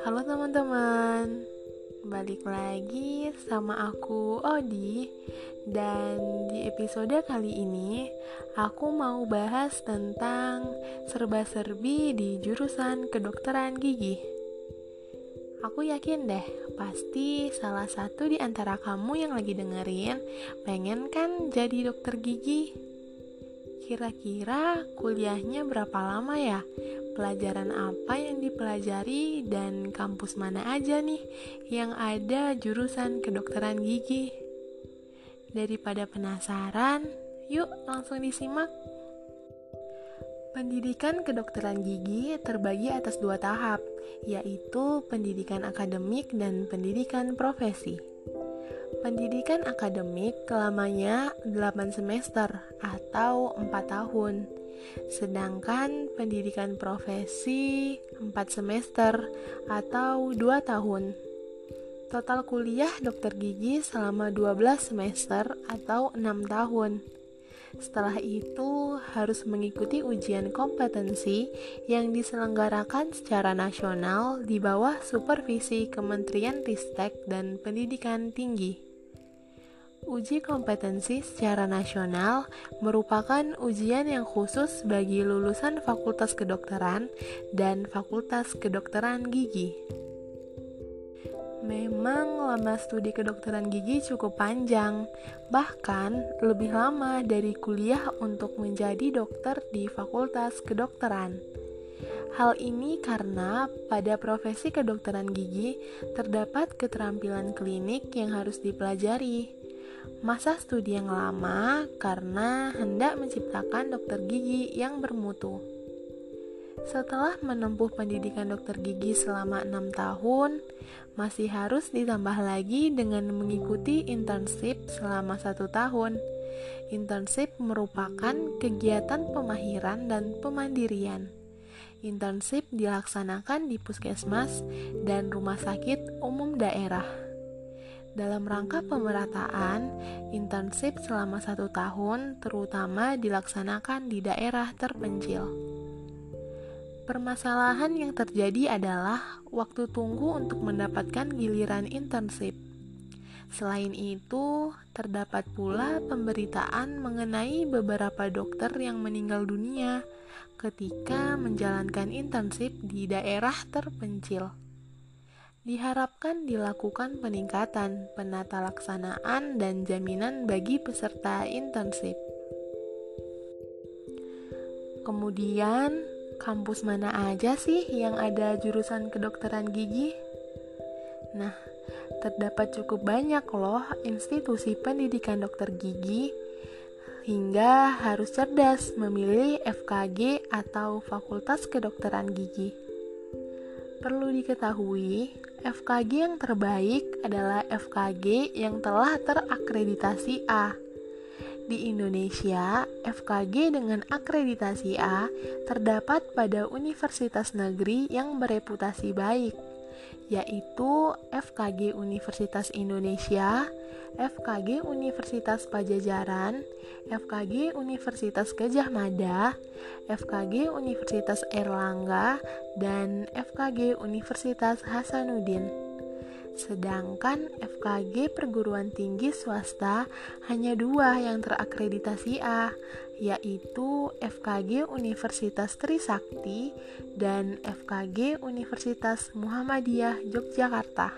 Halo teman-teman, balik lagi sama aku Odi. Dan di episode kali ini aku mau bahas tentang serba-serbi di jurusan kedokteran gigi. Aku yakin deh, pasti salah satu di antara kamu yang lagi dengerin pengen kan jadi dokter gigi. Kira-kira kuliahnya berapa lama ya? Pelajaran apa yang dipelajari dan kampus mana aja nih yang ada jurusan kedokteran gigi? Daripada penasaran, yuk langsung disimak. Pendidikan kedokteran gigi terbagi atas 2 tahap, yaitu pendidikan akademik dan pendidikan profesi. Pendidikan akademik lamanya 8 semester atau 4 tahun. Sedangkan pendidikan profesi 4 semester atau 2 tahun. Total kuliah dokter gigi selama 12 semester atau 6 tahun. Setelah itu harus mengikuti ujian kompetensi yang diselenggarakan secara nasional di bawah supervisi Kementerian Ristek dan Pendidikan Tinggi. Uji kompetensi secara nasional merupakan ujian yang khusus bagi lulusan Fakultas Kedokteran dan Fakultas Kedokteran Gigi. Memang lama studi kedokteran gigi cukup panjang, bahkan lebih lama dari kuliah untuk menjadi dokter di Fakultas Kedokteran. Hal ini karena pada profesi kedokteran gigi terdapat keterampilan klinik yang harus dipelajari. Masa studi yang lama karena hendak menciptakan dokter gigi yang bermutu. Setelah menempuh pendidikan dokter gigi selama 6 tahun, masih harus ditambah lagi dengan mengikuti internship selama 1 tahun. Internship merupakan kegiatan pemahiran dan pemandirian. Internship dilaksanakan di puskesmas dan rumah sakit umum daerah. Dalam rangka pemerataan, internship selama 1 tahun terutama dilaksanakan di daerah terpencil. Permasalahan yang terjadi adalah waktu tunggu untuk mendapatkan giliran internship. Selain itu, terdapat pula pemberitaan mengenai beberapa dokter yang meninggal dunia ketika menjalankan internship di daerah terpencil. Diharapkan dilakukan peningkatan penata laksanaan dan jaminan bagi peserta internship. Kemudian, kampus mana aja sih yang ada jurusan kedokteran gigi? Nah, terdapat cukup banyak loh institusi pendidikan dokter gigi, hingga harus cerdas memilih FKG atau Fakultas Kedokteran Gigi. Perlu diketahui, FKG yang terbaik adalah FKG yang telah terakreditasi A. Di Indonesia, FKG dengan akreditasi A terdapat pada universitas negeri yang bereputasi baik, yaitu FKG Universitas Indonesia, FKG Universitas Pajajaran, FKG Universitas Gadjah Mada, FKG Universitas Airlangga, dan FKG Universitas Hasanuddin. Sedangkan FKG perguruan tinggi swasta hanya 2 yang terakreditasi A, yaitu FKG Universitas Trisakti dan FKG Universitas Muhammadiyah Yogyakarta.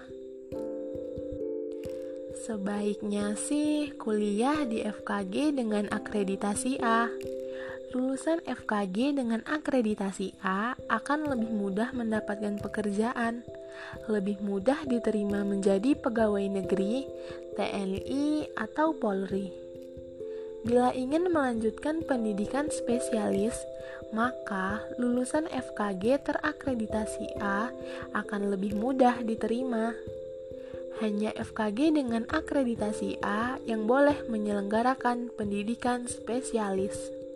Sebaiknya sih kuliah di FKG dengan akreditasi A. Lulusan FKG dengan akreditasi A akan lebih mudah mendapatkan pekerjaan, lebih mudah diterima menjadi pegawai negeri, TNI, atau Polri. Bila ingin melanjutkan pendidikan spesialis, maka lulusan FKG terakreditasi A akan lebih mudah diterima. Hanya FKG dengan akreditasi A yang boleh menyelenggarakan pendidikan spesialis.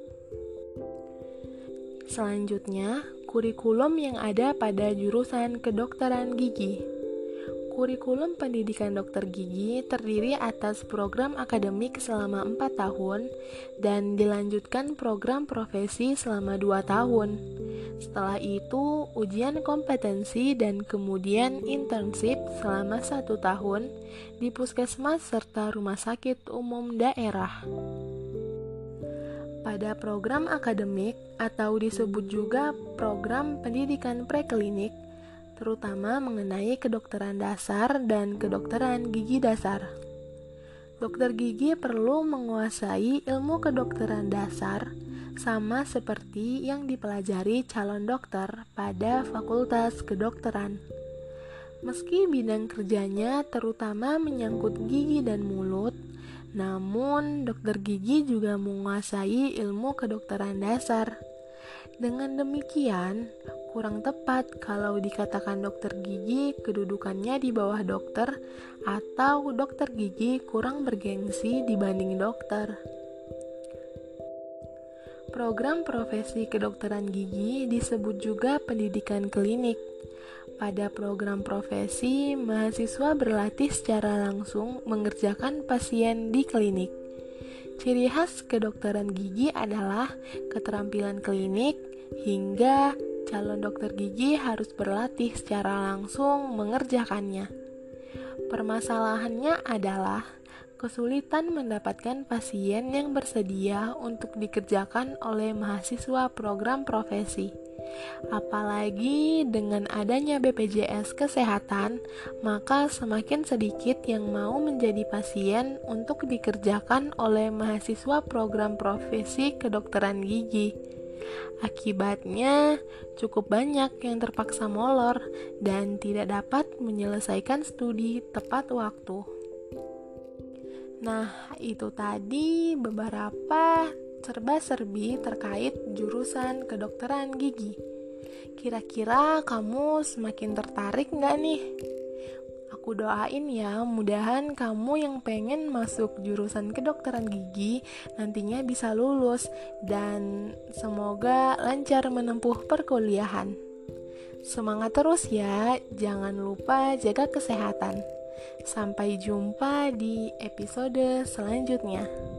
Selanjutnya, kurikulum yang ada pada jurusan kedokteran gigi. Kurikulum pendidikan dokter gigi terdiri atas program akademik selama 4 tahun dan dilanjutkan program profesi selama 2 tahun. Setelah itu, ujian kompetensi dan kemudian internship selama 1 tahun di puskesmas serta rumah sakit umum daerah. Pada program akademik atau disebut juga program pendidikan preklinik, terutama mengenai kedokteran dasar dan kedokteran gigi dasar. Dokter gigi perlu menguasai ilmu kedokteran dasar sama seperti yang dipelajari calon dokter pada Fakultas Kedokteran. Meski bidang kerjanya terutama menyangkut gigi dan mulut, namun dokter gigi juga menguasai ilmu kedokteran dasar. Dengan demikian, kurang tepat kalau dikatakan dokter gigi kedudukannya di bawah dokter atau dokter gigi kurang bergengsi dibanding dokter. Program profesi kedokteran gigi disebut juga pendidikan klinik. Pada program profesi, mahasiswa berlatih secara langsung mengerjakan pasien di klinik. Ciri khas kedokteran gigi adalah keterampilan klinik hingga calon dokter gigi harus berlatih secara langsung mengerjakannya. Permasalahannya adalah kesulitan mendapatkan pasien yang bersedia untuk dikerjakan oleh mahasiswa program profesi. Apalagi dengan adanya BPJS Kesehatan, maka semakin sedikit yang mau menjadi pasien untuk dikerjakan oleh mahasiswa program profesi kedokteran gigi. Akibatnya, cukup banyak yang terpaksa molor dan tidak dapat menyelesaikan studi tepat waktu. Nah, itu tadi beberapa serba-serbi terkait jurusan kedokteran gigi. Kira-kira kamu semakin tertarik nggak nih? Aku doain ya, mudahan kamu yang pengen masuk jurusan kedokteran gigi nantinya bisa lulus dan semoga lancar menempuh perkuliahan. Semangat terus ya, jangan lupa jaga kesehatan. Sampai jumpa di episode selanjutnya.